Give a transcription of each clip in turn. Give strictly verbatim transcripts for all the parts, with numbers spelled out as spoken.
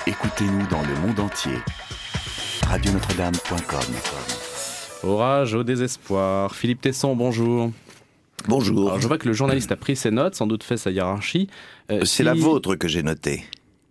Écoutez-nous dans le monde entier. radio notre dame point com. Orage au désespoir. Philippe Tesson, bonjour. Bonjour. Alors, je vois que le journaliste a pris ses notes, sans doute fait sa hiérarchie. Euh, C'est si... la vôtre que j'ai notée.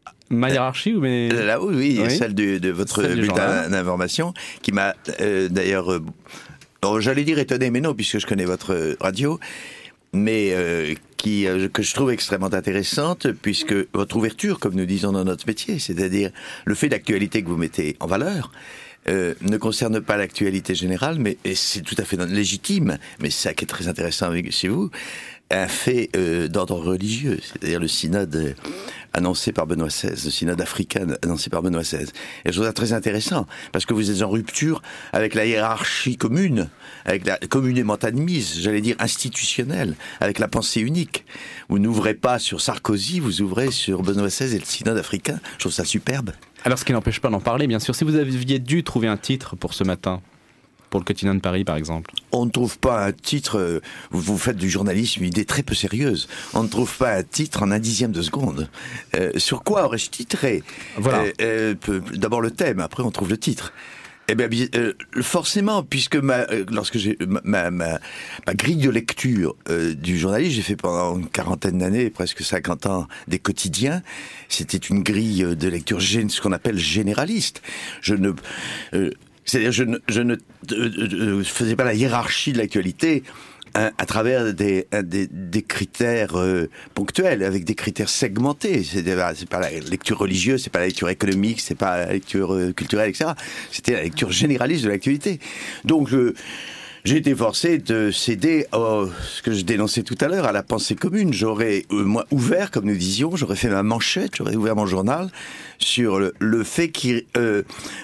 Ma hiérarchie ou mes... Là, oui, oui, oui, celle de, de votre celle bulletin d'information, qui m'a euh, d'ailleurs, euh, oh, j'allais dire étonné, mais non, puisque je connais votre radio, mais euh, qui, euh, que je trouve extrêmement intéressante, puisque votre ouverture, comme nous disons dans notre métier, c'est-à-dire le fait d'actualité que vous mettez en valeur, Euh, ne concerne pas l'actualité générale, mais et c'est tout à fait légitime, mais c'est ça qui est très intéressant avec, chez vous, un fait euh, d'ordre religieux, c'est-à-dire le synode euh, annoncé par Benoît seize, le synode africain annoncé par Benoît seize. Et je trouve ça très intéressant, parce que vous êtes en rupture avec la hiérarchie commune, avec la communément admise, j'allais dire institutionnelle, avec la pensée unique. Vous n'ouvrez pas sur Sarkozy, vous ouvrez sur Benoît seize et le synode africain. Je trouve ça superbe. Alors, ce qui n'empêche pas d'en parler, bien sûr. Si vous aviez dû trouver un titre pour ce matin, pour le quotidien de Paris, par exemple. On ne trouve pas un titre, euh, vous, vous faites du journalisme une idée très peu sérieuse. On ne trouve pas un titre en un dixième de seconde. Euh, sur quoi aurais-je titré ? Voilà. Euh, euh, d'abord le thème, après on trouve le titre. Eh bien, euh, forcément, puisque ma, euh, lorsque j'ai ma, ma, ma, ma grille de lecture euh, du journalisme, j'ai fait pendant une quarantaine d'années, presque cinquante ans, des quotidiens. C'était une grille de lecture, ce qu'on appelle généraliste. Je ne, euh, c'est-à-dire, je ne, je ne euh, faisais pas la hiérarchie de l'actualité à, à travers des, des, des critères euh, ponctuels, avec des critères segmentés. C'est, c'est pas la lecture religieuse, c'est pas la lecture économique, c'est pas la lecture euh, culturelle, et cetera. C'était la lecture généraliste de l'actualité. Donc, euh, j'ai été forcé de céder à ce que je dénonçais tout à l'heure, à la pensée commune. J'aurais, euh, moi, ouvert, comme nous disions, j'aurais fait ma manchette, j'aurais ouvert mon journal sur le, le fait qu'il euh,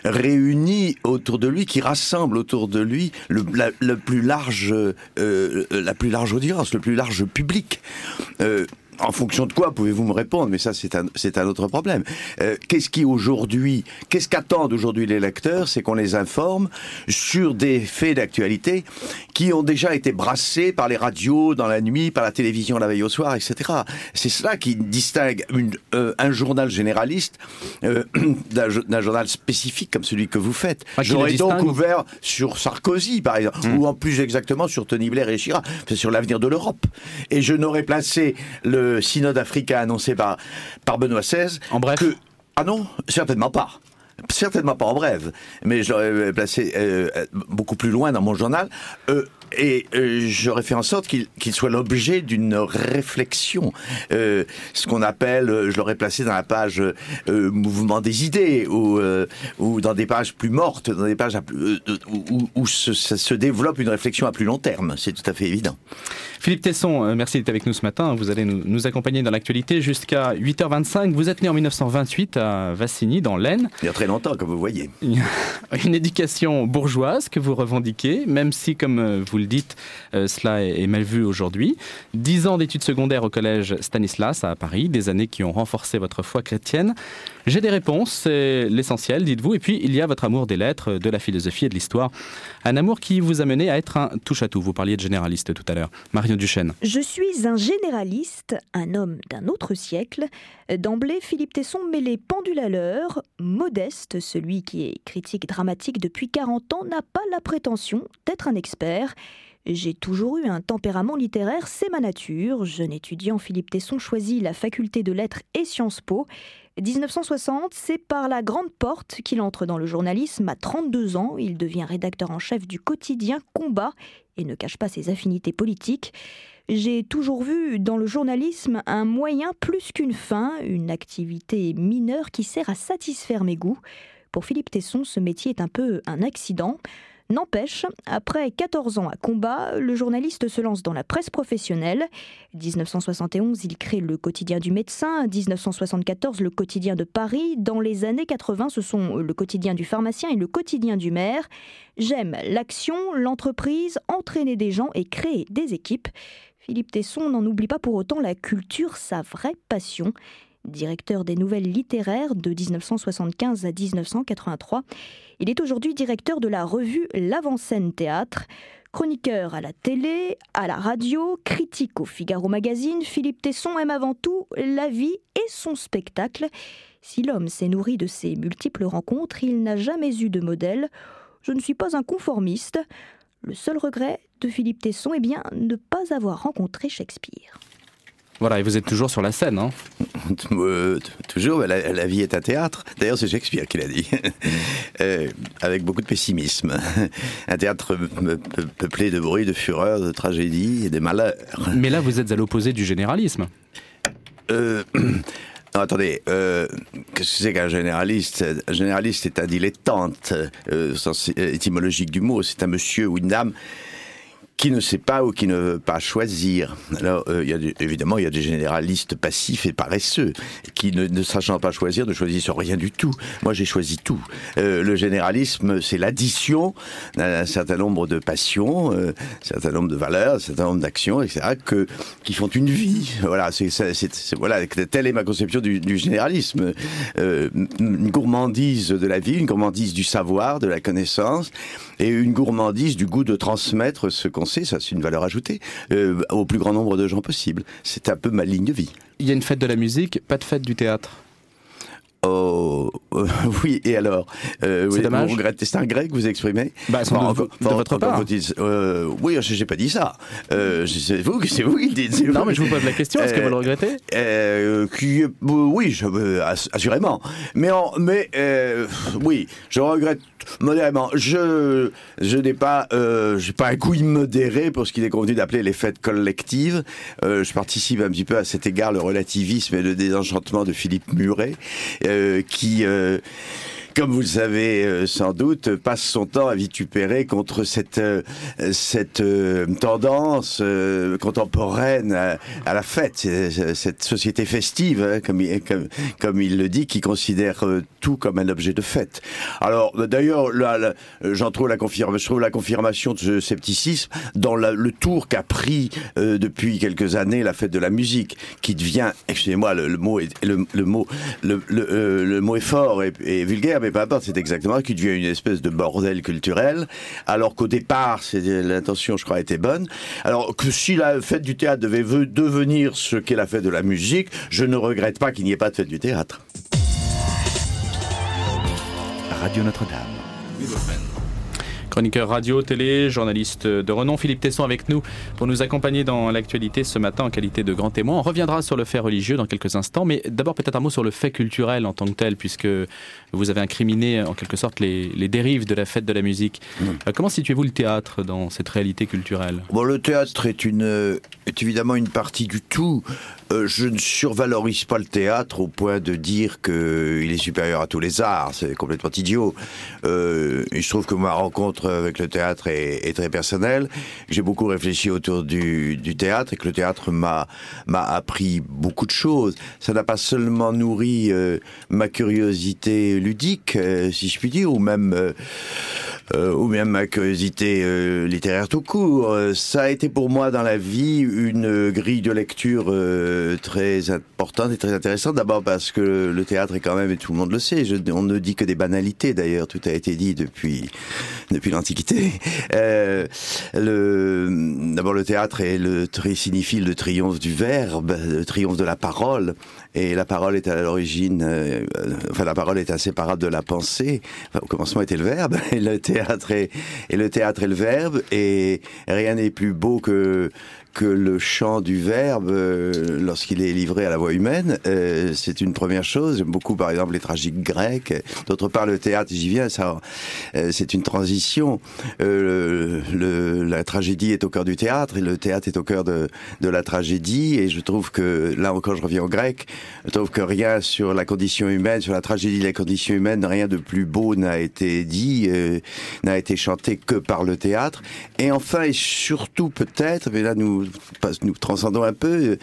réunit autour de lui, qui rassemble autour de lui le, la, le plus large, euh, la plus large audience, le plus large public. Euh, En fonction de quoi, pouvez-vous me répondre ? Mais ça, c'est un, c'est un autre problème. Euh, qu'est-ce qui aujourd'hui, qu'est-ce qu'attendent aujourd'hui les lecteurs ? C'est qu'on les informe sur des faits d'actualité qui ont déjà été brassés par les radios dans la nuit, par la télévision la veille au soir, et cetera. C'est cela qui distingue une, euh, un journal généraliste euh, d'un, d'un journal spécifique comme celui que vous faites. Ah, J'aurais donc ouvert sur Sarkozy, par exemple, mmh. ou en plus exactement sur Tony Blair et Chirac, sur l'avenir de l'Europe. Et je n'aurais placé le Le synode africain annoncé par, par Benoît seize. En bref. Que, ah non, certainement pas. Certainement pas en bref. Mais je l'aurais placé euh, beaucoup plus loin dans mon journal. Euh, et euh, j'aurais fait en sorte qu'il, qu'il soit l'objet d'une réflexion. Euh, ce qu'on appelle, je l'aurais placé dans la page euh, mouvement des idées, ou, euh, ou dans des pages plus mortes, dans des pages à plus, euh, où, où, où se, ça se développe une réflexion à plus long terme. C'est tout à fait évident. Philippe Tesson, merci d'être avec nous ce matin. Vous allez nous, nous accompagner dans l'actualité jusqu'à huit heures vingt-cinq. Vous êtes né en dix-neuf cent vingt-huit à Vassigny, dans l'Aisne. Il y a très longtemps, comme vous voyez. Une éducation bourgeoise que vous revendiquez, même si, comme vous le dites, euh, cela est, est mal vu aujourd'hui. Dix ans d'études secondaires au collège Stanislas à Paris, des années qui ont renforcé votre foi chrétienne. J'ai des réponses, c'est l'essentiel, dites-vous. Et puis, il y a votre amour des lettres, de la philosophie et de l'histoire. Un amour qui vous a mené à être un touche-à-tout. Vous parliez de généraliste tout à l'heure. Marion Duchesne. Je suis un généraliste, un homme d'un autre siècle. D'emblée, Philippe Tesson met les pendules à l'heure. Modeste, celui qui est critique dramatique depuis quarante ans, n'a pas la prétention d'être un expert. J'ai toujours eu un tempérament littéraire, c'est ma nature. Jeune étudiant, Philippe Tesson choisit la faculté de lettres et Sciences Po. dix-neuf cent soixante, c'est par la grande porte qu'il entre dans le journalisme. À trente-deux ans, il devient rédacteur en chef du quotidien Combat et ne cache pas ses affinités politiques. J'ai toujours vu dans le journalisme un moyen plus qu'une fin, une activité mineure qui sert à satisfaire mes goûts. Pour Philippe Tesson, ce métier est un peu un accident. N'empêche, après quatorze ans à Combat, le journaliste se lance dans la presse professionnelle. dix-neuf cent soixante et onze, il crée le quotidien du médecin. dix-neuf cent soixante-quatorze, le quotidien de Paris. Dans les années quatre-vingts, ce sont le quotidien du pharmacien et le quotidien du maire. J'aime l'action, l'entreprise, entraîner des gens et créer des équipes. Philippe Tesson n'en oublie pas pour autant la culture, sa vraie passion. Directeur des nouvelles littéraires de dix-neuf cent soixante-quinze à dix-neuf cent quatre-vingt-trois. Il est aujourd'hui directeur de la revue L'Avant-Scène Théâtre. Chroniqueur à la télé, à la radio, critique au Figaro Magazine, Philippe Tesson aime avant tout la vie et son spectacle. Si l'homme s'est nourri de ses multiples rencontres, il n'a jamais eu de modèle. Je ne suis pas un conformiste. Le seul regret de Philippe Tesson est bien ne pas avoir rencontré Shakespeare. Voilà, et vous êtes toujours sur la scène, hein? euh, Toujours, la, la vie est un théâtre. D'ailleurs, c'est Shakespeare qui l'a dit. euh, avec beaucoup de pessimisme. Un théâtre peuplé de bruit, de fureur, de tragédie et de malheur. Mais là, vous êtes à l'opposé du généralisme. Euh... Non, attendez, euh, qu'est-ce que c'est qu'un généraliste? Un généraliste est un dilettante, euh, sens étymologique du mot. C'est un monsieur ou une dame qui ne sait pas ou qui ne veut pas choisir. Alors, euh, il y a des, évidemment, il y a des généralistes passifs et paresseux, qui, ne, ne sachant pas choisir, ne choisissent rien du tout. Moi, j'ai choisi tout. Euh, le généralisme, c'est l'addition d'un certain nombre de passions, euh, un certain nombre de valeurs, un certain nombre d'actions, et cetera, que, qui font une vie. Voilà, c'est, c'est, c'est, c'est, voilà, telle est ma conception du, du généralisme. Euh, une gourmandise de la vie, une gourmandise du savoir, de la connaissance, et une gourmandise du goût de transmettre ce qu'on sait, ça c'est une valeur ajoutée, euh, au plus grand nombre de gens possible. C'est un peu ma ligne de vie. Il y a une fête de la musique, pas de fête du théâtre. Oh, euh, oui, et alors euh, C'est oui, dommage. Vous regrettez, c'est un grec que vous exprimez? Bah, sans Bon, de, encore- de bon, votre encore part. faut-il- euh, oui, je n'ai pas dit ça. Euh, c'est vous, c'est vous qui le dites. c'est Non, vous. mais je vous pose la question, est-ce que Euh, vous le regrettez? Euh, qui, euh, oui, je, euh, ass- assurément. Mais, en, mais euh, oui, je regrette modérément. Je, je n'ai pas, euh, j'ai pas un goût immodéré pour ce qu'il est convenu d'appeler les fêtes collectives. Euh, je participe un petit peu à cet égard le relativisme et le désenchantement de Philippe Muret, euh, qui euh, comme vous le savez euh, sans doute, passe son temps à vitupérer contre cette euh, cette euh, tendance euh, contemporaine à, à la fête, c'est- cette société festive, hein, comme, il, comme comme il le dit, qui considère euh, tout comme un objet de fête. Alors d'ailleurs, là, là, j'en trouve la confirmation, je trouve la confirmation de ce scepticisme dans la, le tour qu'a pris euh, depuis quelques années la fête de la musique, qui devient, excusez-moi, le, le mot est le, le mot le, le, euh, le mot est fort et, et vulgaire, mais peu importe, c'est exactement, qui devient une espèce de bordel culturel, alors qu'au départ, c'est, l'intention, je crois, était bonne. Alors que si la fête du théâtre devait ve- devenir ce qu'est la fête de la musique, je ne regrette pas qu'il n'y ait pas de fête du théâtre. Radio Notre-Dame. Chroniqueur radio, télé, journaliste de renom, Philippe Tesson avec nous pour nous accompagner dans l'actualité ce matin en qualité de grand témoin. On reviendra sur le fait religieux dans quelques instants, mais d'abord peut-être un mot sur le fait culturel en tant que tel, puisque vous avez incriminé en quelque sorte les, les dérives de la fête de la musique. Mmh. Euh, comment situez-vous le théâtre dans cette réalité culturelle ? Bon, le théâtre est, une, est évidemment une partie du tout. Euh, je ne survalorise pas le théâtre au point de dire qu'il est supérieur à tous les arts. C'est complètement idiot. Euh, il se trouve que ma rencontre avec le théâtre est, est très personnelle. J'ai beaucoup réfléchi autour du, du théâtre et que le théâtre m'a, m'a appris beaucoup de choses. Ça n'a pas seulement nourri euh, ma curiosité ludique, euh, si je puis dire, ou même... Euh, Euh, ou même ma curiosité euh, littéraire tout court. Euh, ça a été pour moi dans la vie une grille de lecture euh, très importante et très intéressante. D'abord parce que le théâtre est quand même, et tout le monde le sait, je, on ne dit que des banalités d'ailleurs, tout a été dit depuis depuis l'Antiquité. Euh, le, d'abord le théâtre est le, signifie le triomphe du verbe, le triomphe de la parole. Et la parole est à l'origine, euh, enfin la parole est inséparable de la pensée. Enfin, au commencement était le verbe, et le théâtre est, et le théâtre est le verbe, et rien n'est plus beau que que le chant du verbe euh, lorsqu'il est livré à la voix humaine. Euh, c'est une première chose. J'aime beaucoup, par exemple, les tragiques grecs. D'autre part, le théâtre, j'y viens, ça, euh, c'est une transition. Euh, le, le, la tragédie est au cœur du théâtre et le théâtre est au cœur de, de la tragédie. Et je trouve que, là encore, je reviens au grec, je trouve que rien sur la condition humaine, sur la tragédie de la condition humaine, rien de plus beau n'a été dit, euh, n'a été chanté que par le théâtre. Et enfin, et surtout peut-être, mais là nous nous transcendons un peu,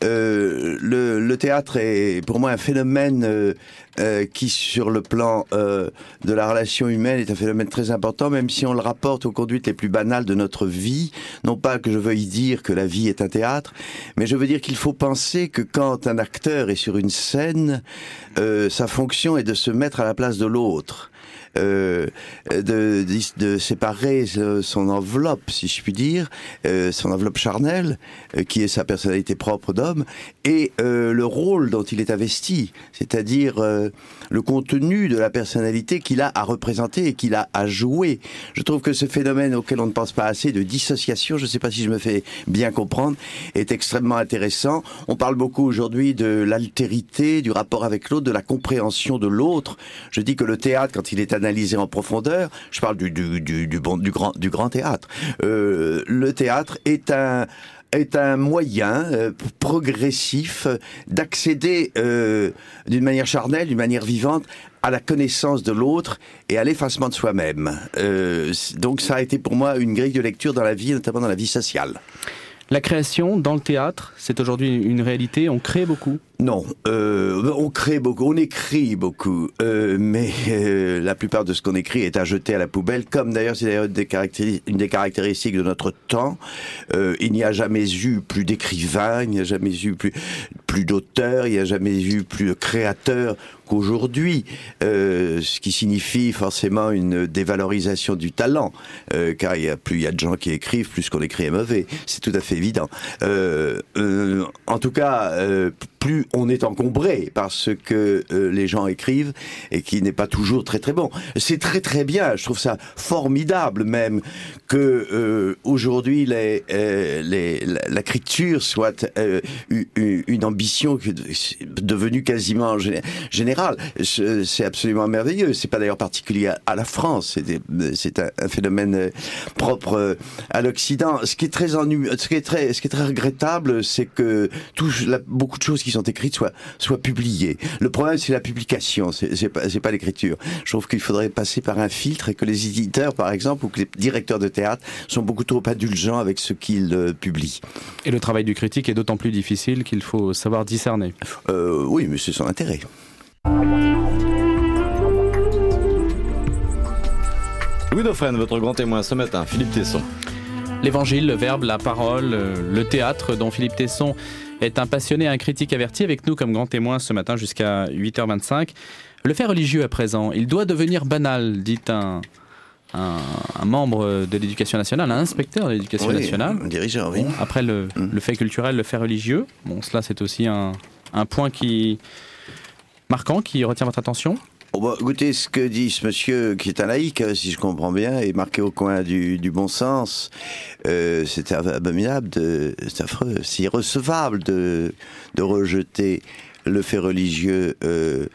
euh, le, le théâtre est pour moi un phénomène euh, euh, qui, sur le plan euh, de la relation humaine, est un phénomène très important, même si on le rapporte aux conduites les plus banales de notre vie. Non pas que je veuille dire que la vie est un théâtre, mais je veux dire qu'il faut penser que quand un acteur est sur une scène, euh, sa fonction est de se mettre à la place de l'autre. euh, de, de, de séparer son enveloppe, si je puis dire, euh, son enveloppe charnelle, euh, qui est sa personnalité propre d'homme, et euh, le rôle dont il est investi, c'est-à-dire euh, le contenu de la personnalité qu'il a à représenter et qu'il a à jouer. Je trouve que ce phénomène auquel on ne pense pas assez, de dissociation, je ne sais pas si je me fais bien comprendre, est extrêmement intéressant. On parle beaucoup aujourd'hui de l'altérité, du rapport avec l'autre, de la compréhension de l'autre. Je dis que le théâtre, quand il est analysé en profondeur, je parle du, du, du, du, bon, du, grand, du grand théâtre, euh, le théâtre est un... est un moyen euh, progressif d'accéder euh, d'une manière charnelle, d'une manière vivante, à la connaissance de l'autre et à l'effacement de soi-même. Euh, donc ça a été pour moi une grille de lecture dans la vie, notamment dans la vie sociale. La création dans le théâtre, c'est aujourd'hui une réalité, on crée beaucoup ? Non, euh, on crée beaucoup, on écrit beaucoup, euh, mais euh, la plupart de ce qu'on écrit est à jeter à la poubelle, comme d'ailleurs c'est d'ailleurs des une des caractéristiques de notre temps. Euh, il n'y a jamais eu plus d'écrivains, il n'y a jamais eu plus, plus d'auteurs, il n'y a jamais eu plus de créateurs qu'aujourd'hui, euh, ce qui signifie forcément une dévalorisation du talent, euh, car il y a plus il y a de gens qui écrivent, plus qu'on écrit est mauvais, c'est tout à fait évident. Euh, euh, en tout cas, euh, plus on est encombré par ce que euh, les gens écrivent et qui n'est pas toujours très très bon. C'est très très bien, je trouve ça formidable même que euh, aujourd'hui les, euh, les, l'écriture soit euh, une, une ambition devenue quasiment générale. C'est absolument merveilleux. C'est pas d'ailleurs particulier à la France. C'est, des, c'est un, un phénomène propre à l'Occident. Ce qui est très ennu, ce qui est très, ce qui est très regrettable, c'est que tout, la, beaucoup de choses qui sont écrites soient, soient publiées. Le problème, c'est la publication, c'est, c'est pas, c'est pas l'écriture. Je trouve qu'il faudrait passer par un filtre et que les éditeurs, par exemple, ou que les directeurs de théâtre sont beaucoup trop indulgents avec ce qu'ils euh, publient. Et le travail du critique est d'autant plus difficile qu'il faut savoir discerner. Euh, oui, mais c'est son intérêt. Louis Dauphren, votre grand témoin ce matin, Philippe Tesson. L'évangile, le verbe, la parole, le théâtre dont Philippe Tesson est un passionné, un critique averti avec nous comme grand témoin ce matin jusqu'à huit heures vingt-cinq. Le fait religieux à présent, il doit devenir banal, dit un, un, un membre de l'éducation nationale, un inspecteur de l'éducation oui, nationale. Un dirigeant, oui. Bon, après le, mmh. le fait culturel, le fait religieux, bon, cela c'est aussi un, un point qui marquant, qui retient votre attention ? Oh bah, écoutez, ce que dit ce monsieur, qui est un laïc, si je comprends bien, est marqué au coin du, du bon sens. Euh, c'est abominable, de, c'est affreux, c'est irrecevable de, de rejeter le fait religieux, euh,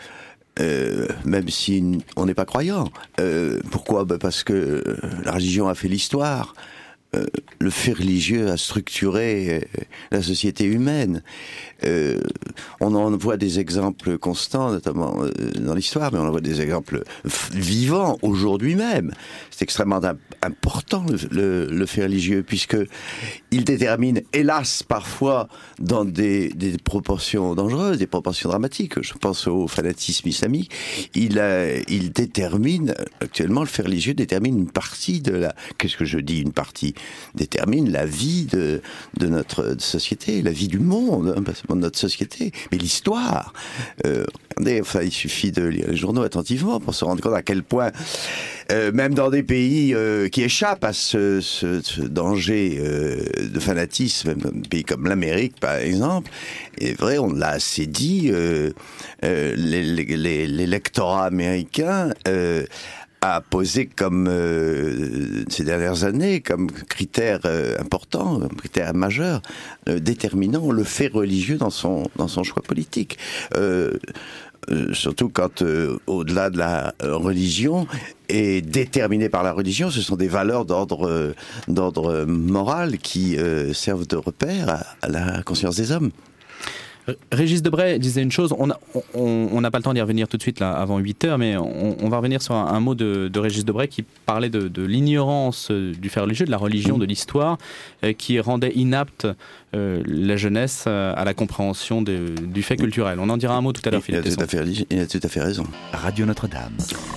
euh, même si on n'est pas croyant. Euh, pourquoi ? Bah parce que la religion a fait l'histoire. Euh, le fait religieux a structuré euh, la société humaine. Euh, on en voit des exemples constants, notamment euh, dans l'histoire, mais on en voit des exemples f- vivants aujourd'hui même. C'est extrêmement imp- important le, le, le fait religieux, puisque il détermine, hélas, parfois dans des, des proportions dangereuses, des proportions dramatiques. Je pense au fanatisme islamique. Il, euh, il détermine actuellement, le fait religieux détermine une partie de la. Qu'est-ce que je dis, une partie? Détermine la vie de, de notre société, la vie du monde, hein, pas seulement de notre société, mais l'histoire. Euh, regardez, enfin, il suffit de lire les journaux attentivement pour se rendre compte à quel point, euh, même dans des pays euh, qui échappent à ce, ce, ce danger euh, de fanatisme, même un pays comme l'Amérique, par exemple, est vrai, on l'a assez dit, euh, euh, les, les, l'électorat américain euh, a posé comme euh, ces dernières années comme critère euh, important, comme critère majeur, euh, déterminant le fait religieux dans son dans son choix politique. Euh, euh, surtout quand euh, au-delà de la religion est déterminé par la religion, ce sont des valeurs d'ordre euh, d'ordre moral qui euh, servent de repère à, à la conscience des hommes. Régis Debray disait une chose, on n'a on, on pas le temps d'y revenir tout de suite là, avant huit heures, mais on, on va revenir sur un, un mot de, de Régis Debray qui parlait de, de l'ignorance du fait religieux, de la religion, de l'histoire, euh, qui rendait inapte euh, la jeunesse euh, à la compréhension de, du fait culturel. On en dira un mot tout à l'heure, Philippe Tesson. Il a tout à fait raison. Radio Notre-Dame.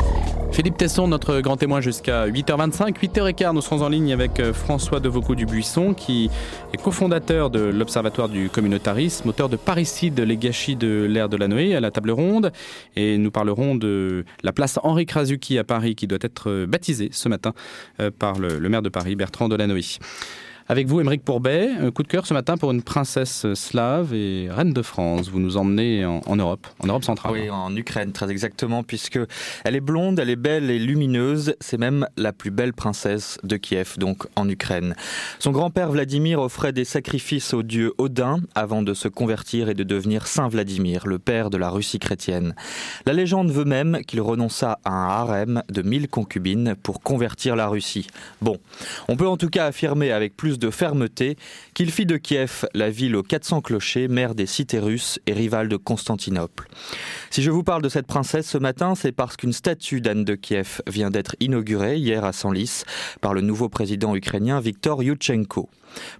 Philippe Tesson, notre grand témoin jusqu'à huit heures vingt-cinq. huit heures quinze, nous serons en ligne avec François Devaucoux du Buisson, qui est cofondateur de l'Observatoire du communautarisme, auteur de Parricide, les gâchis de l'ère de la Noé, à la table ronde. Et nous parlerons de la place Henri Krasuki à Paris, qui doit être baptisée ce matin par le, le maire de Paris, Bertrand Delanoë. Avec vous, Aymeric Pourbet, un coup de cœur ce matin pour une princesse slave et reine de France. Vous nous emmenez en, en Europe, en Europe centrale. Oui, en Ukraine, très exactement, puisque elle est blonde, elle est belle et lumineuse. C'est même la plus belle princesse de Kiev, donc en Ukraine. Son grand-père Vladimir offrait des sacrifices au dieu Odin avant de se convertir et de devenir Saint Vladimir, le père de la Russie chrétienne. La légende veut même qu'il renonça à un harem de mille concubines pour convertir la Russie. Bon, on peut en tout cas affirmer avec plus de fermeté qu'il fit de Kiev la ville aux quatre cents clochers, mère des cités russes et rivale de Constantinople. Si je vous parle de cette princesse ce matin, c'est parce qu'une statue d'Anne de Kiev vient d'être inaugurée hier à Senlis par le nouveau président ukrainien Viktor Youtchenko. Pourquoi ?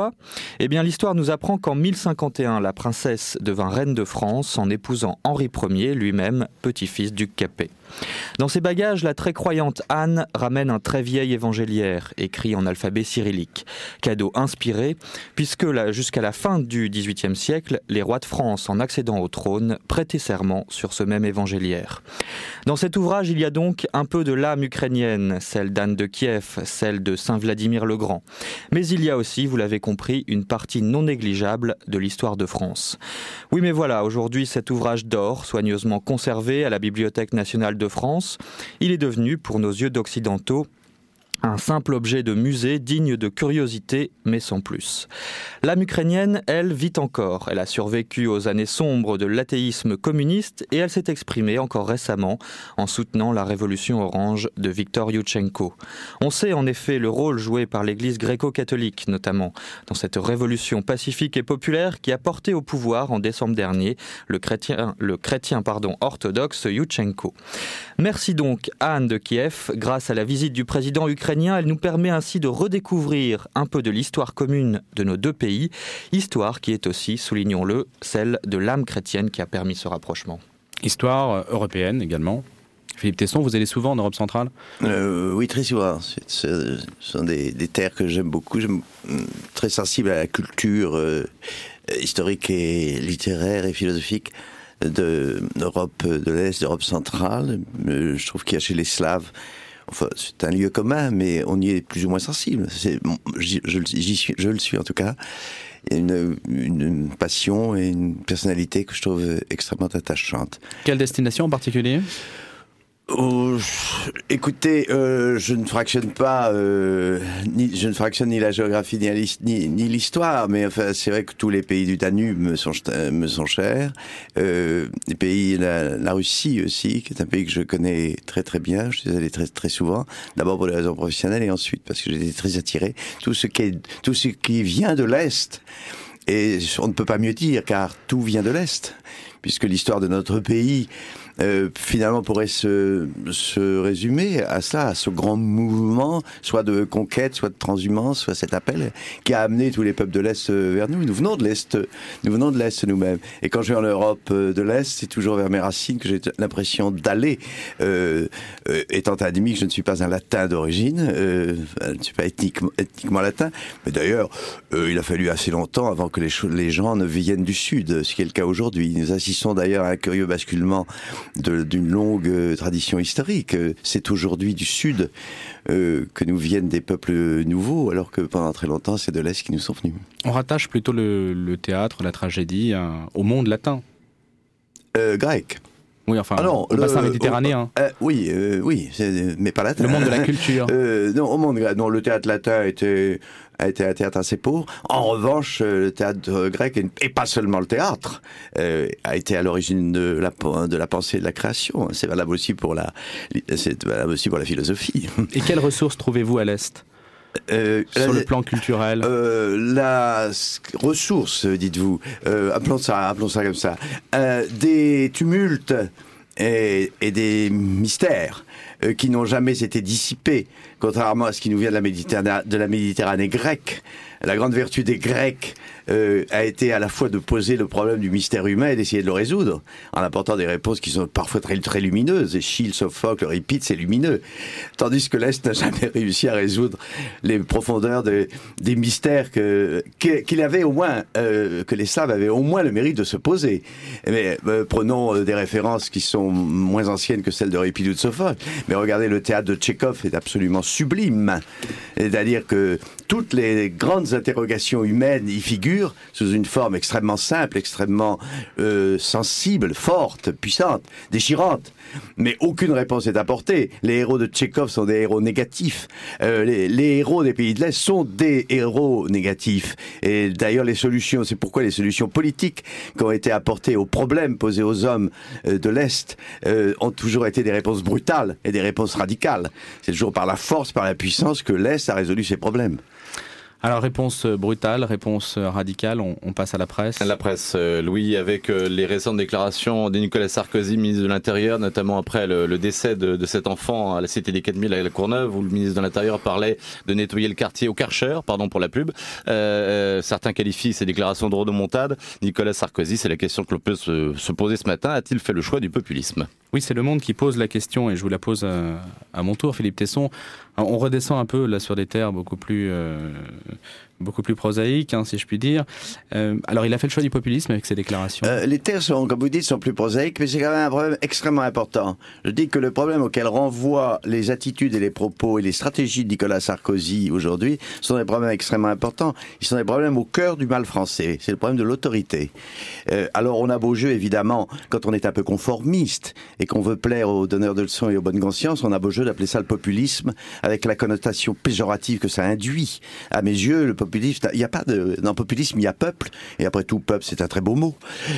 Eh bien, l'histoire nous apprend qu'en mille cinquante et un, la princesse devint reine de France en épousant Henri Ier, lui-même petit-fils du Capet. Dans ses bagages, la très croyante Anne ramène un très vieil évangéliaire, écrit en alphabet cyrillique. Cadeau inspiré, puisque là, jusqu'à la fin du dix-huitième siècle, les rois de France, en accédant au trône, prêtaient serment sur ce même évangéliaire. Dans cet ouvrage, il y a donc un peu de l'âme ukrainienne, celle d'Anne de Kiev, celle de Saint Vladimir le Grand. Mais il y a aussi, vous l'avez compris, une partie non négligeable de l'histoire de France. Oui, mais voilà, aujourd'hui, cet ouvrage d'or, soigneusement conservé à la Bibliothèque nationale de France, il est devenu, pour nos yeux d'occidentaux, un simple objet de musée digne de curiosité, mais sans plus. L'âme ukrainienne, elle, vit encore. Elle a survécu aux années sombres de l'athéisme communiste et elle s'est exprimée encore récemment en soutenant la révolution orange de Viktor Youtchenko. On sait en effet le rôle joué par l'église gréco-catholique, notamment, dans cette révolution pacifique et populaire qui a porté au pouvoir en décembre dernier le chrétien, le chrétien pardon, orthodoxe Youtchenko. Merci donc à Anne de Kiev, grâce à la visite du président ukrainien. Elle nous permet ainsi de redécouvrir un peu de l'histoire commune de nos deux pays, histoire qui est aussi, soulignons-le, celle de l'âme chrétienne qui a permis ce rapprochement. Histoire européenne également. Philippe Tesson, vous allez souvent en Europe centrale ? euh, Oui, très souvent. C'est, ce sont des, des terres que j'aime beaucoup. J'aime très sensible à la culture euh, historique et littéraire et philosophique de d'Europe de l'Est, d'Europe centrale. Euh, je trouve qu'il y a chez les Slaves, enfin, c'est un lieu commun, mais on y est plus ou moins sensible. C'est, je, je, j'y suis, je le suis en tout cas. Il y a une, une, une passion et une personnalité que je trouve extrêmement attachante. Quelle destination en particulier ? Oh, écoutez, euh, je ne fractionne pas, euh, ni, je ne fractionne ni la géographie ni, ni, ni l'histoire, mais enfin, c'est vrai que tous les pays du Danube me sont, me sont chers. Euh, les pays, la, la Russie aussi, qui est un pays que je connais très très bien. Je suis allé très très souvent. D'abord pour des raisons professionnelles et ensuite parce que j'étais très attiré. Tout ce qui est, tout ce qui vient de l'Est. Et on ne peut pas mieux dire, car tout vient de l'Est, puisque l'histoire de notre pays, euh, finalement, pourrait se, se résumer à ça, à ce grand mouvement, soit de conquête, soit de transhumance, soit cet appel qui a amené tous les peuples de l'Est vers nous. Nous venons de l'Est, nous venons de l'Est nous-mêmes. Et quand je vais en Europe de l'Est, c'est toujours vers mes racines que j'ai l'impression d'aller. Euh, euh, étant admis que je ne suis pas un latin d'origine, euh, je ne suis pas ethniquement, ethniquement latin, mais d'ailleurs, euh, il a fallu assez longtemps avant que les, les gens ne viennent du Sud, ce qui est le cas aujourd'hui. Nous assistons d'ailleurs à un curieux basculement de, d'une longue euh, tradition historique. C'est aujourd'hui du Sud euh, que nous viennent des peuples nouveaux, alors que pendant très longtemps, c'est de l'Est qui nous sont venus. On rattache plutôt le, le théâtre, la tragédie à, au monde latin. Euh, grec. Oui, enfin, ah non, au le, bassin méditerranéen. Euh, euh, oui, euh, oui, mais pas latin. Le monde de la culture. euh, non, au monde grec. Non, le théâtre latin était, a été un théâtre assez pauvre. En revanche, le théâtre grec, et pas seulement le théâtre, euh, a été à l'origine de la, de la pensée et de la création. C'est valable aussi pour la, c'est valable aussi pour la philosophie. Et quelles ressources trouvez-vous à l'Est ? Euh, sur le plan culturel, euh, la ressource, dites-vous, euh, appelons ça, appelons ça comme ça, euh, des tumultes et, et des mystères euh, qui n'ont jamais été dissipés, contrairement à ce qui nous vient de la Méditerranée, de la Méditerranée grecque. La grande vertu des Grecs euh, a été à la fois de poser le problème du mystère humain et d'essayer de le résoudre, en apportant des réponses qui sont parfois très, très lumineuses. Eschyle, Sophocle, Euripide, c'est lumineux. Tandis que l'Est n'a jamais réussi à résoudre les profondeurs de, des mystères que, qu'il avait au moins, euh, que les Slaves avaient au moins le mérite de se poser. Mais euh, prenons euh, des références qui sont moins anciennes que celles d'Euripide ou de Sophocle. Mais regardez, le théâtre de Tchekhov est absolument sublime. C'est-à-dire que toutes les grandes interrogations humaines y figurent sous une forme extrêmement simple, extrêmement euh, sensible, forte, puissante, déchirante. Mais aucune réponse n'est apportée. Les héros de Tchekhov sont des héros négatifs. Euh, les, les héros des pays de l'Est sont des héros négatifs. Et d'ailleurs, les solutions, c'est pourquoi les solutions politiques qui ont été apportées aux problèmes posés aux hommes euh, de l'Est euh, ont toujours été des réponses brutales et des réponses radicales. C'est toujours par la force, par la puissance que l'Est a résolu ses problèmes. Alors, réponse brutale, réponse radicale, on, on passe à la presse. La presse, euh, Louis, avec euh, les récentes déclarations de Nicolas Sarkozy, ministre de l'Intérieur, notamment après le, le décès de, de cet enfant à la Cité des quatre mille à la Courneuve, où le ministre de l'Intérieur parlait de nettoyer le quartier au Karcher, pardon pour la pub. Euh, certains qualifient ces déclarations de rodomontade. Nicolas Sarkozy, c'est la question que l'on peut se, se poser ce matin. A-t-il fait le choix du populisme ? Oui, c'est Le Monde qui pose la question, et je vous la pose à, à mon tour, Philippe Tesson. On redescend un peu là sur des terres beaucoup plus, euh, beaucoup plus prosaïques, hein, si je puis dire. Euh, alors, il a fait le choix du populisme avec ses déclarations. Euh, les terres sont, comme vous dites, sont plus prosaïques, mais c'est quand même un problème extrêmement important. Je dis que le problème auquel renvoient les attitudes et les propos et les stratégies de Nicolas Sarkozy aujourd'hui sont des problèmes extrêmement importants. Ils sont des problèmes au cœur du mal français. C'est le problème de l'autorité. Euh, alors, on a beau jeu, évidemment, quand on est un peu conformiste et qu'on veut plaire aux donneurs de leçons et aux bonnes consciences, on a beau jeu d'appeler ça le populisme, avec la connotation péjorative que ça induit. À mes yeux, le populisme, il n'y a pas de, dans le populisme, il y a peuple, et après tout, peuple, c'est un très beau mot.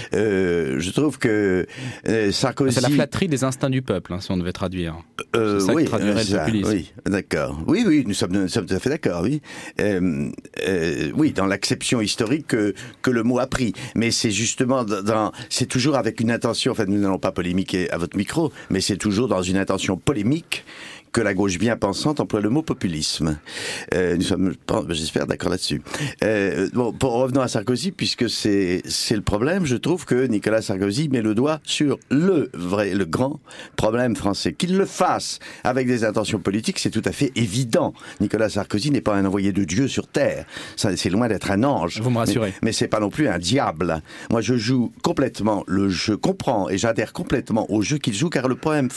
Euh, je trouve que euh, Sarkozy... C'est la flatterie des instincts du peuple, hein, si on devait traduire. Euh, c'est ça oui, qui traduirait ça, le populisme. Oui, d'accord. Oui, oui, nous sommes, nous sommes tout à fait d'accord, oui. Euh, euh, oui, dans l'acception historique que, que le mot a pris. Mais c'est justement dans, c'est toujours avec une intention, en fait, nous n'allons pas polémiquer à votre micro, mais c'est toujours dans une intention polémique que la gauche bien pensante emploie le mot populisme. Euh, nous sommes, j'espère, d'accord là-dessus. Euh, bon, pour revenons à Sarkozy, puisque c'est c'est le problème, je trouve que Nicolas Sarkozy met le doigt sur le vrai, le grand problème français. Qu'il le fasse avec des intentions politiques, c'est tout à fait évident. Nicolas Sarkozy n'est pas un envoyé de Dieu sur terre. Ça, c'est loin d'être un ange. Vous me rassurez. Mais, mais c'est pas non plus un diable. Moi, je joue complètement le jeu, comprends et j'adhère complètement au jeu qu'il joue, car le problème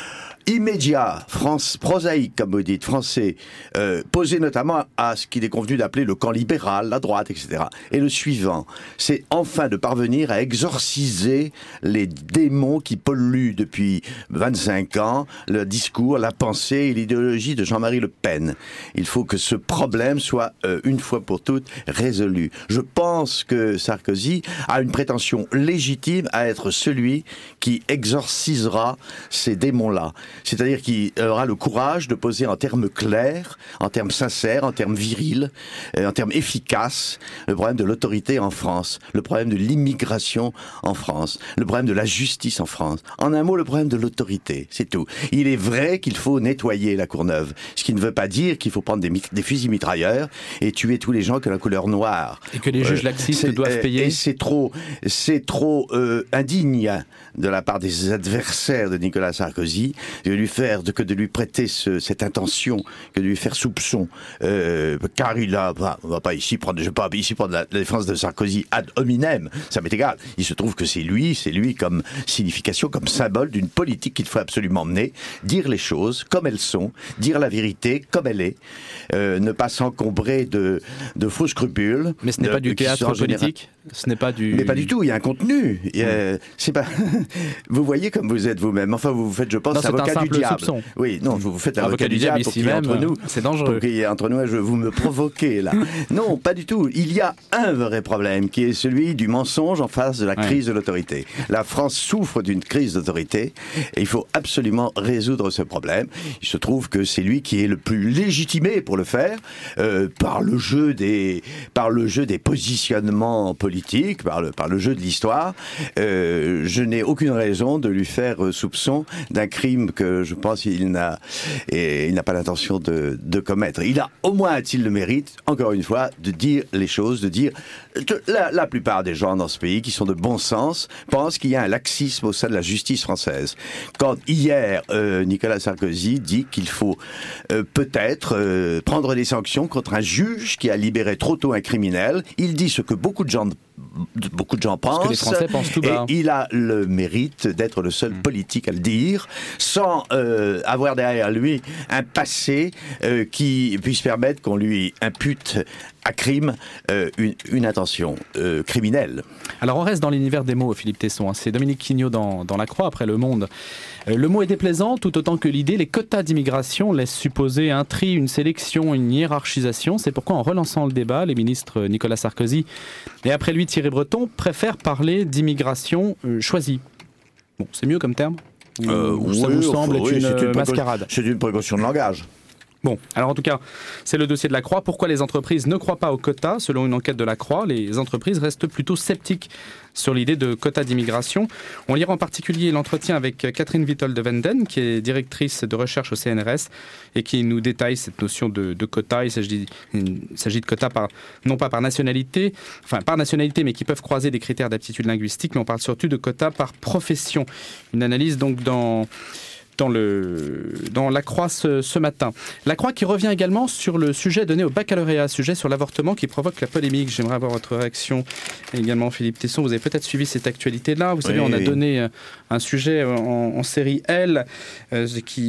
immédiat, France, prosaïque, comme vous dites, français, euh, posé notamment à ce qu'il est convenu d'appeler le camp libéral, la droite, et cetera. Et le suivant, c'est enfin de parvenir à exorciser les démons qui polluent depuis vingt-cinq ans le discours, la pensée et l'idéologie de Jean-Marie Le Pen. Il faut que ce problème soit, euh, une fois pour toutes, résolu. Je pense que Sarkozy a une prétention légitime à être celui qui exorcisera ces démons-là. C'est-à-dire qu'il aura le courage de poser en termes clairs, en termes sincères, en termes virils, en termes efficaces, le problème de l'autorité en France, le problème de l'immigration en France, le problème de la justice en France. En un mot, le problème de l'autorité, c'est tout. Il est vrai qu'il faut nettoyer la Courneuve, ce qui ne veut pas dire qu'il faut prendre des, des fusils mitrailleurs et tuer tous les gens qui ont la couleur noire. Et que les juges euh, laxistes doivent payer. Et c'est trop, c'est trop euh, indigne de la part des adversaires de Nicolas Sarkozy de lui faire, de, que de lui prêter ce, cette intention, que de lui faire soupçon, euh, car il a, bah, on va pas ici prendre, je vais pas ici prendre la, la défense de Sarkozy ad hominem, ça m'est égal. Il se trouve que c'est lui, c'est lui comme signification, comme symbole d'une politique qu'il faut absolument mener, dire les choses comme elles sont, dire la vérité comme elle est, euh, ne pas s'encombrer de, de faux scrupules. Mais ce n'est de, pas du théâtre politique, ce n'est pas du... Mais pas du tout, il y a un contenu. Il y a, mmh. C'est pas... Vous voyez comme vous êtes vous-même. Enfin, vous vous faites, je pense, non, avocat du diable. Soupçon. Oui, non, vous vous faites l'avocat du diable pour qu'il y ait entre nous. C'est dangereux. Pour qu'il y ait entre nous, je, vous me provoquez là. Non, pas du tout. Il y a un vrai problème qui est celui du mensonge en face de la ouais. crise de l'autorité. La France souffre d'une crise d'autorité et il faut absolument résoudre ce problème. Il se trouve que c'est lui qui est le plus légitimé pour le faire euh, par le jeu des, par le jeu des positionnements politiques, par le, par le jeu de l'histoire. Euh, je n'ai aucune raison de lui faire soupçon d'un crime que que je pense qu'il n'a, et il n'a pas l'intention de, de commettre. Il a, au moins a-t-il le mérite, encore une fois, de dire les choses, de dire... La, la plupart des gens dans ce pays qui sont de bon sens pensent qu'il y a un laxisme au sein de la justice française. Quand hier, euh, Nicolas Sarkozy dit qu'il faut euh, peut-être euh, prendre des sanctions contre un juge qui a libéré trop tôt un criminel, il dit ce que beaucoup de gens beaucoup de gens pensent, que les Français pensent tout bas. Et il a le mérite d'être le seul politique à le dire, sans euh, avoir derrière lui un passé euh, qui puisse permettre qu'on lui impute à crime euh, une, une intention euh, criminelle. Alors on reste dans l'univers des mots, Philippe Tesson. Hein. C'est Dominique Quignot dans, dans La Croix, après Le Monde. Euh, le mot est déplaisant, tout autant que l'idée. Les quotas d'immigration laissent supposer un tri, une sélection, une hiérarchisation. C'est pourquoi, en relançant le débat, les ministres Nicolas Sarkozy et après lui Thierry Breton préfèrent parler d'immigration euh, choisie. Bon, c'est mieux comme terme euh, Ou ça oui, vous semble oui, être une, c'est une mascarade? C'est une précaution de langage. Bon, alors en tout cas, c'est le dossier de La Croix. Pourquoi les entreprises ne croient pas aux quotas? Selon une enquête de La Croix, les entreprises restent plutôt sceptiques sur l'idée de quotas d'immigration. On lira en particulier l'entretien avec Catherine Vitol de Venden, qui est directrice de recherche au C N R S et qui nous détaille cette notion de, de quotas. Il s'agit, il s'agit de quotas par, non pas par nationalité, enfin par nationalité, mais qui peuvent croiser des critères d'aptitude linguistique, mais on parle surtout de quotas par profession. Une analyse donc dans... Dans, le, dans La Croix ce, ce matin. La Croix qui revient également sur le sujet donné au baccalauréat, sujet sur l'avortement qui provoque la polémique. J'aimerais avoir votre réaction également, Philippe Tesson. Vous avez peut-être suivi cette actualité-là. Vous savez, oui, on a oui. donné un sujet en, en série L euh,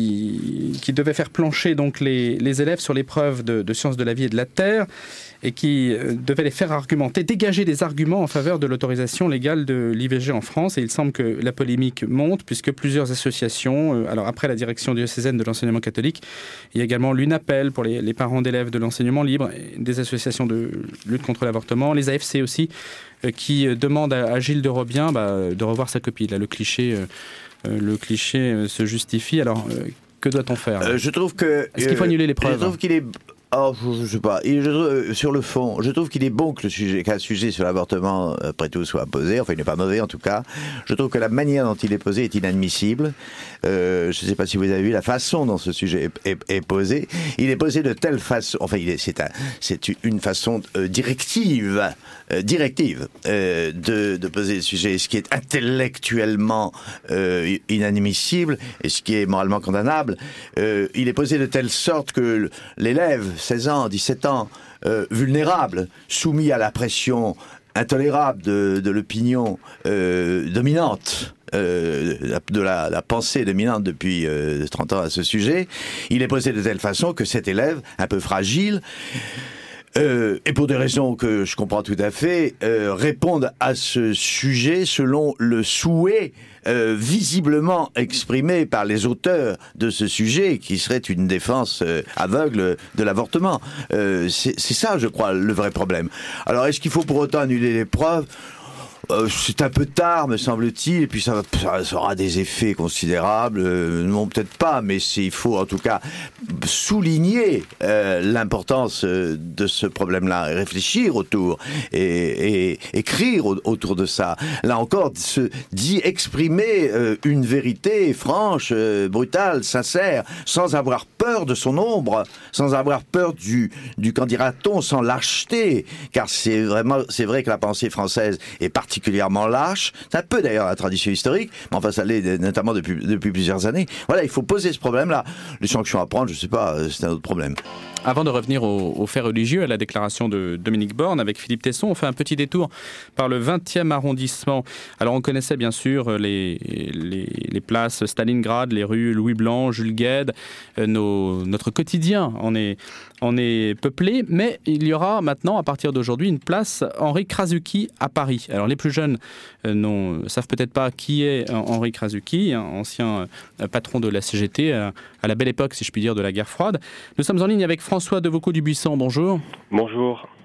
qui, qui devait faire plancher donc, les, les élèves sur l'épreuve de, de sciences de la vie et de la terre et qui devait les faire argumenter, dégager des arguments en faveur de l'autorisation légale de l'I V G en France. Et il semble que la polémique monte puisque plusieurs associations, euh, alors après la direction diocésaine de l'enseignement catholique, il y a également l'UNAPEL pour les, les parents d'élèves de l'enseignement libre, des associations de lutte contre l'avortement, les A F C aussi, euh, qui demandent à, à Gilles de Robien bah, de revoir sa copie. Là, le cliché, euh, le cliché euh, se justifie. Alors, euh, que doit-on faire euh, Je trouve que... Est-ce qu'il faut annuler l'épreuve? Je trouve qu'il est... Oh, je, je sais pas. Et je, sur le fond, je trouve qu'il est bon que le sujet, qu'un sujet sur l'avortement, après tout, soit posé. Enfin, il n'est pas mauvais, en tout cas. Je trouve que la manière dont il est posé est inadmissible. Euh, je ne sais pas si vous avez vu la façon dont ce sujet est, est, est posé. Il est posé de telle façon. Enfin, il est, c'est, un, c'est une façon euh, directive, euh, directive euh, de, de poser le sujet. Ce qui est intellectuellement euh, inadmissible et ce qui est moralement condamnable. Euh, il est posé de telle sorte que l'élève, seize ans, dix-sept ans, euh, vulnérable, soumis à la pression intolérable de, de l'opinion euh, dominante, euh, de la, la pensée dominante depuis euh, trente ans à ce sujet, il est posé de telle façon que cet élève, un peu fragile, Euh, et pour des raisons que je comprends tout à fait, euh, répondent à ce sujet selon le souhait euh, visiblement exprimé par les auteurs de ce sujet, qui serait une défense euh, aveugle de l'avortement. Euh, c'est, c'est ça, je crois, le vrai problème. Alors, est-ce qu'il faut pour autant annuler l'épreuve ? Euh, c'est un peu tard, me semble-t-il, et puis ça, ça, ça aura des effets considérables. Euh, non, peut-être pas, mais c'est, il faut en tout cas souligner euh, l'importance euh, de ce problème-là, et réfléchir autour, et, et écrire au, autour de ça. Là encore, se dit exprimer euh, une vérité franche, euh, brutale, sincère, sans avoir peur de son ombre, sans avoir peur du, du qu'en dira-t-on, sans lâcheté, car c'est vraiment, c'est vrai que la pensée française est particulièrement particulièrement lâche. C'est un peu d'ailleurs la tradition historique, mais enfin ça l'est notamment depuis, depuis plusieurs années. Voilà, il faut poser ce problème-là. Les sanctions à prendre, je ne sais pas, c'est un autre problème. Avant de revenir aux, aux faits religieux, à la déclaration de Dominique Borne avec Philippe Tesson, on fait un petit détour par le vingtième arrondissement. Alors on connaissait bien sûr les, les, les places Stalingrad, les rues Louis Blanc, Jules Guesde, euh, nos, notre quotidien en est, en est peuplé, mais il y aura maintenant à partir d'aujourd'hui une place Henri Krasuki à Paris. Alors les plus jeunes euh, ne savent peut-être pas qui est Henri Krasuki, un ancien euh, patron de la C G T, euh, à la belle époque si je puis dire de la guerre froide. Nous sommes en ligne avec François Devaucoux-Dubuisson, bonjour. Bonjour.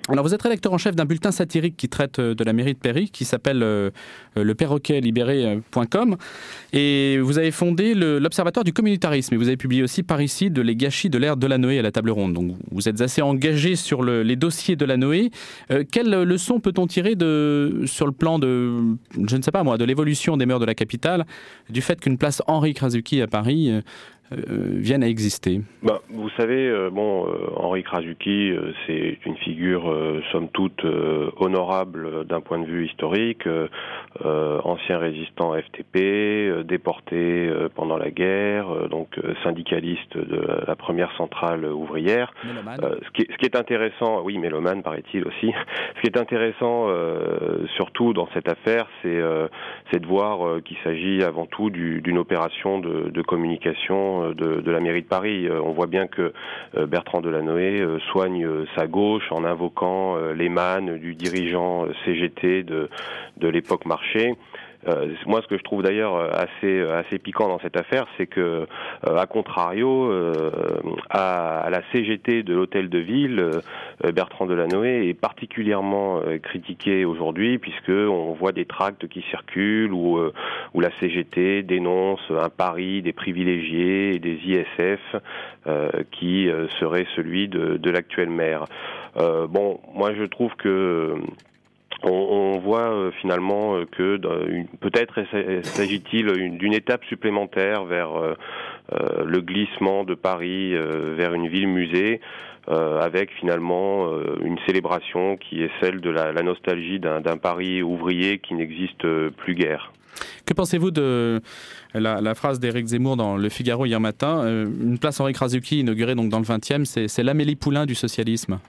Alors vous êtes rédacteur en chef d'un bulletin satirique qui traite de la mairie de Paris, qui s'appelle euh, le perroquet libéré point com, et vous avez fondé le, l'Observatoire du communautarisme, et vous avez publié aussi Parricide, les gâchis de l'ère Delanoë à la table ronde. Donc vous êtes assez engagé sur le, les dossiers Delanoë. Euh, quelle leçon peut-on tirer de, sur le plan de, je ne sais pas moi, de l'évolution des mœurs de la capitale, du fait qu'une place Henri Krasuki à Paris euh, Euh, viennent à exister? Bah, vous savez, euh, bon, euh, Henri Krasuki, euh, c'est une figure euh, somme toute euh, honorable d'un point de vue historique, euh, euh, ancien résistant F T P, euh, déporté euh, pendant la guerre, euh, donc euh, syndicaliste de la première centrale ouvrière. Euh, ce, qui est, ce qui est intéressant, oui, mélomane paraît-il aussi. Ce qui est intéressant, euh, surtout dans cette affaire, c'est, euh, c'est de voir euh, qu'il s'agit avant tout du, d'une opération de, de communication De, de la mairie de Paris. Euh, on voit bien que euh, Bertrand Delanoë euh, soigne euh, sa gauche en invoquant euh, les mannes du dirigeant euh, C G T de, de l'époque Marché. Euh, moi, ce que je trouve d'ailleurs assez assez piquant dans cette affaire, c'est que, euh, à contrario, euh, à, à la C G T de l'Hôtel de Ville, euh, Bertrand Delanoë est particulièrement euh, critiqué aujourd'hui, puisque on voit des tracts qui circulent où euh, où la C G T dénonce un Paris des privilégiés et des I S F euh, qui euh, serait celui de, de l'actuel maire. Euh, bon, moi, je trouve que On, on voit euh, finalement euh, que une, peut-être s'agit-il une, d'une étape supplémentaire vers euh, euh, le glissement de Paris euh, vers une ville-musée, euh, avec finalement euh, une célébration qui est celle de la, la nostalgie d'un, d'un Paris ouvrier qui n'existe plus guère. Que pensez-vous de la, la phrase d'Éric Zemmour dans Le Figaro hier matin? euh, Une place Henri Krasuki inaugurée donc dans le vingtième, c'est, c'est l'Amélie Poulain du socialisme.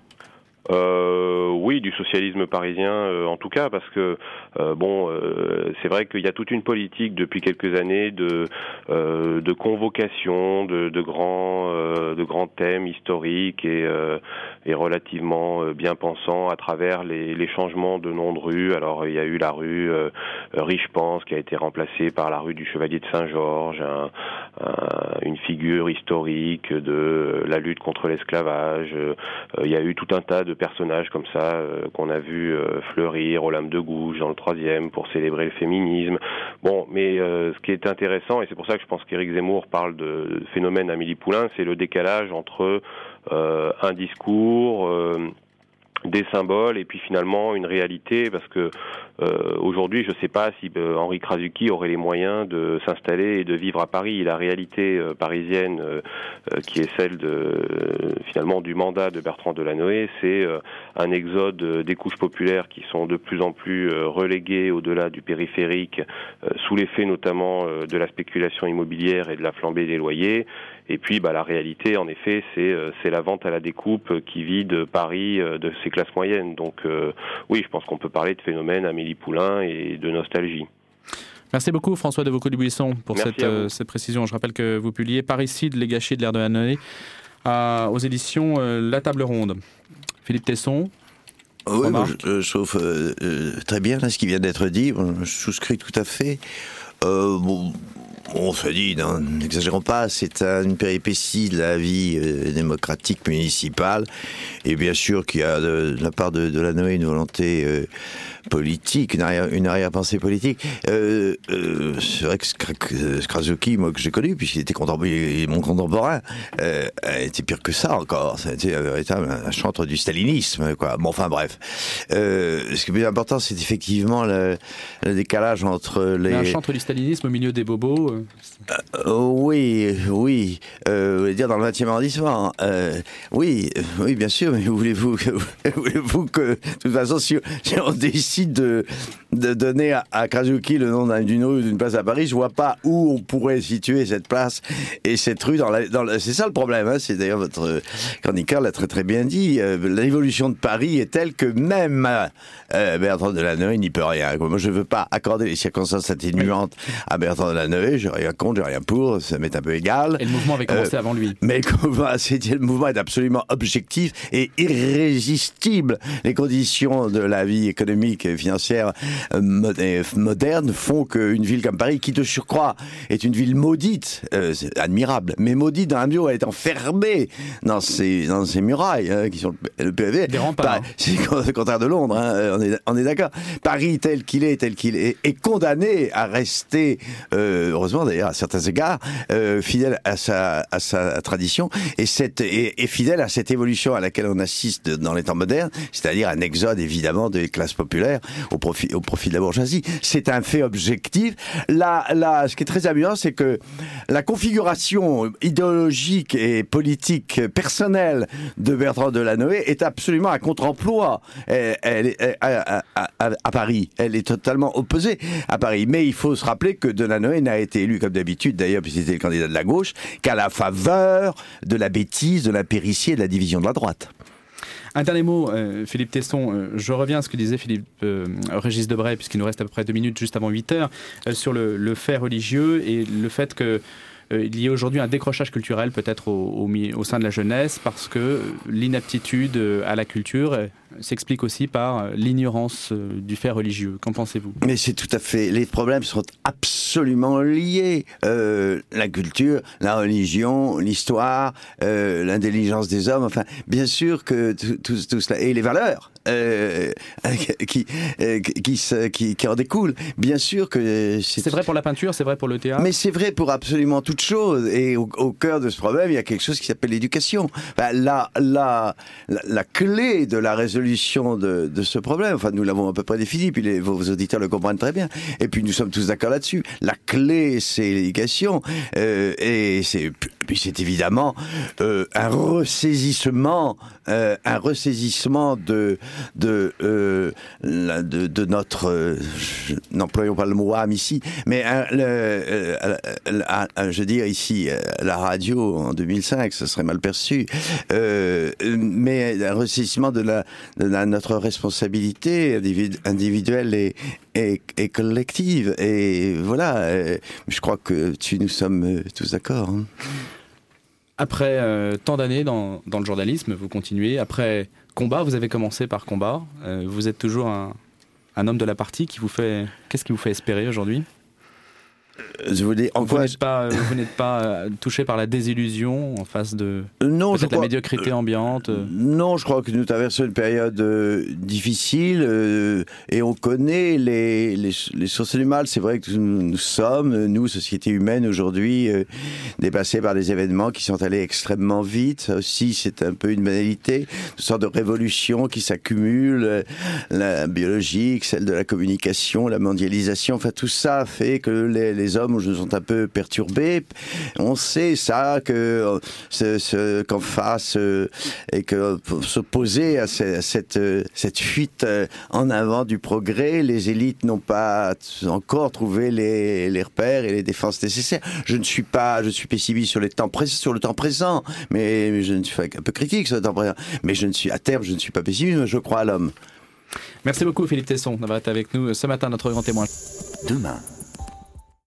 Euh, oui, du socialisme parisien euh, en tout cas, parce que euh, bon, euh, c'est vrai qu'il y a toute une politique depuis quelques années de euh, de convocation de, de grands euh, de grands thèmes historiques et euh, et relativement euh, bien pensants à travers les, les changements de nom de rue. Alors il y a eu la rue euh, Richepense qui a été remplacée par la rue du Chevalier de Saint-Georges, un, un, une figure historique de la lutte contre l'esclavage. Euh, il y a eu tout un tas de personnages comme ça euh, qu'on a vu euh, fleurir aux lames de gouge dans le troisième pour célébrer le féminisme. Bon, mais euh, ce qui est intéressant, et c'est pour ça que je pense qu'Éric Zemmour parle de phénomène Amélie Poulain, c'est le décalage entre euh, un discours, euh, des symboles et puis finalement une réalité, parce que euh, aujourd'hui je ne sais pas si euh, Henri Krasuki aurait les moyens de s'installer et de vivre à Paris. La réalité euh, parisienne euh, euh, qui est celle de euh, finalement du mandat de Bertrand Delanoë, c'est euh, un exode euh, des couches populaires qui sont de plus en plus euh, reléguées au-delà du périphérique, euh, sous l'effet notamment euh, de la spéculation immobilière et de la flambée des loyers. Et puis, bah, la réalité, en effet, c'est, euh, c'est la vente à la découpe qui vide Paris euh, de ses classes moyennes. Donc, euh, oui, je pense qu'on peut parler de phénomène Amélie Poulain et de nostalgie. Merci beaucoup, François de Vaucoux-Dubuisson, pour cette, euh, cette précision. Je rappelle que vous publiez Parricide, les gâchis de l'ère Delanoë aux éditions euh, La Table Ronde. Philippe Tesson. Oui, moi, je, je trouve euh, euh, très bien là, ce qui vient d'être dit. Je souscris tout à fait. Euh, bon, on se dit, non, n'exagérons pas, c'est une péripétie de la vie euh, démocratique municipale, et bien sûr qu'il y a de, de la part de, de Delanoë une volonté euh, politique, une, arrière, une arrière-pensée politique. Euh, euh, c'est vrai que Krasuki, moi que j'ai connu, puisqu'il était contemporain, mon contemporain, euh, était pire que ça encore. C'était un véritable un chantre du stalinisme, quoi. Bon, enfin bref. Euh, ce qui est plus important, c'est effectivement le, le décalage entre les... Un chantre du stalinisme au milieu des bobos. Euh... Euh, oui, oui. Euh, vous voulez dire dans le vingtième arrondissement. Euh, oui, oui, bien sûr. Mais voulez-vous que, voulez-vous que, de toute façon, si, si on décide de, de donner à, à Krasuki le nom d'une rue ou d'une place à Paris, je vois pas où on pourrait situer cette place et cette rue dans la. Dans la c'est ça le problème. Hein, c'est d'ailleurs votre chroniqueur l'a très très bien dit. Euh, l'évolution de Paris est telle que même euh, Bertrand Delanoë n'y peut rien. Moi, je veux pas accorder les circonstances atténuantes à Bertrand Delanoë. J'ai rien contre, j'ai rien pour. Ça m'est un peu égal. Et le mouvement avait commencé euh, avant lui. oui. Mais le mouvement est absolument objectif et irrésistible. Les conditions de la vie économique et financière moderne font qu'une ville comme Paris, qui de surcroît est une ville maudite, euh, c'est admirable, mais maudite dans la mesure où elle est enfermée dans ses, dans ses murailles, hein, qui sont le P V. Des remparts. Bah, c'est le contraire de Londres, hein, on est, on est d'accord. Paris tel qu'il est, tel qu'il est, est condamné à rester, euh, heureusement d'ailleurs à certains égards, euh, fidèle à sa, à sa tradition et, cette, et, et fidèle à cette évolution à laquelle on assiste dans les temps modernes, c'est-à-dire un exode évidemment des classes populaires au profit, au profit de la bourgeoisie. C'est un fait objectif. Là, là, ce qui est très amusant, c'est que la configuration idéologique et politique personnelle de Bertrand Delanoë est absolument à contre-emploi. Elle, elle, elle, à, à, à, à Paris, elle est totalement opposée à Paris. Mais il faut se rappeler que Delanoë n'a été élu comme d'habitude, d'ailleurs, puisqu'il était le candidat de la gauche, qu'à la faveur de la bêtise, de l'impéritie et de la division de la droite. Un dernier mot, euh, Philippe Tesson, euh, je reviens à ce que disait Philippe euh, Régis Debray, puisqu'il nous reste à peu près deux minutes juste avant huit heures, euh, sur le, le fait religieux et le fait que euh, il y a aujourd'hui un décrochage culturel peut-être au, au, au sein de la jeunesse parce que l'inaptitude à la culture euh, s'explique aussi par l'ignorance euh, du fait religieux. Qu'en pensez-vous ? Mais c'est tout à fait... Les problèmes sont absolument liés. Euh, la culture, la religion, l'histoire, euh, l'intelligence des hommes, enfin, bien sûr que tout, tout, tout cela... Et les valeurs euh, qui, euh, qui, qui, qui en découlent. Bien sûr que... C'est, c'est vrai pour la peinture, c'est vrai pour le théâtre. Mais c'est vrai pour absolument toute chose. Et au, au cœur de ce problème, il y a quelque chose qui s'appelle l'éducation. Enfin, la, la, la, la clé de la résolution de, de ce problème, enfin, nous l'avons à peu près défini, puis les, vos auditeurs le comprennent très bien. Et puis nous sommes tous d'accord là-dessus. La clé, c'est l'éducation. Euh, et c'est, puis c'est évidemment euh, un ressaisissement, euh, un ressaisissement de de euh, la, de, de notre, euh, je, n'employons pas le mot âme ici, mais un, le, euh, un, un, je veux dire ici la radio en deux mille cinq, ce serait mal perçu, euh, mais un ressaisissement de la de la, notre responsabilité individuelle et Et, et collective. Et voilà, euh, je crois que tu, nous sommes tous d'accord. Hein. Après euh, tant d'années dans, dans le journalisme, vous continuez. Après Combat, vous avez commencé par Combat. Euh, vous êtes toujours un, un homme de la partie. Qui vous fait, qu'est-ce qui vous fait espérer aujourd'hui ? Je vous dis, en vous, quoi n'êtes pas, vous n'êtes pas touché par la désillusion en face de non, peut-être je la crois, médiocrité ambiante euh... Non, je crois que nous traversons une période euh, difficile euh, et on connaît les, les, les sources du mal. C'est vrai que nous, nous sommes, nous, société humaine, aujourd'hui, euh, dépassés par des événements qui sont allés extrêmement vite. Ça aussi, c'est un peu une banalité. Une sorte de révolution qui s'accumule, euh, la biologique, celle de la communication, la mondialisation. Enfin, tout ça fait que les, les hommes nous sont un peu perturbés. On sait ça, que ce, ce, qu'en face, euh, et que pour s'opposer à, ce, à cette, cette fuite en avant du progrès, les élites n'ont pas encore trouvé les, les repères et les défenses nécessaires. Je ne suis pas, je suis pessimiste sur, les temps pré- sur le temps présent, mais, mais je ne suis pas un peu critique sur le temps présent. Mais je ne suis, à terme, je ne suis pas pessimiste, je crois à l'homme. Merci beaucoup Philippe Tesson d'avoir été avec nous ce matin, notre grand témoin. Demain.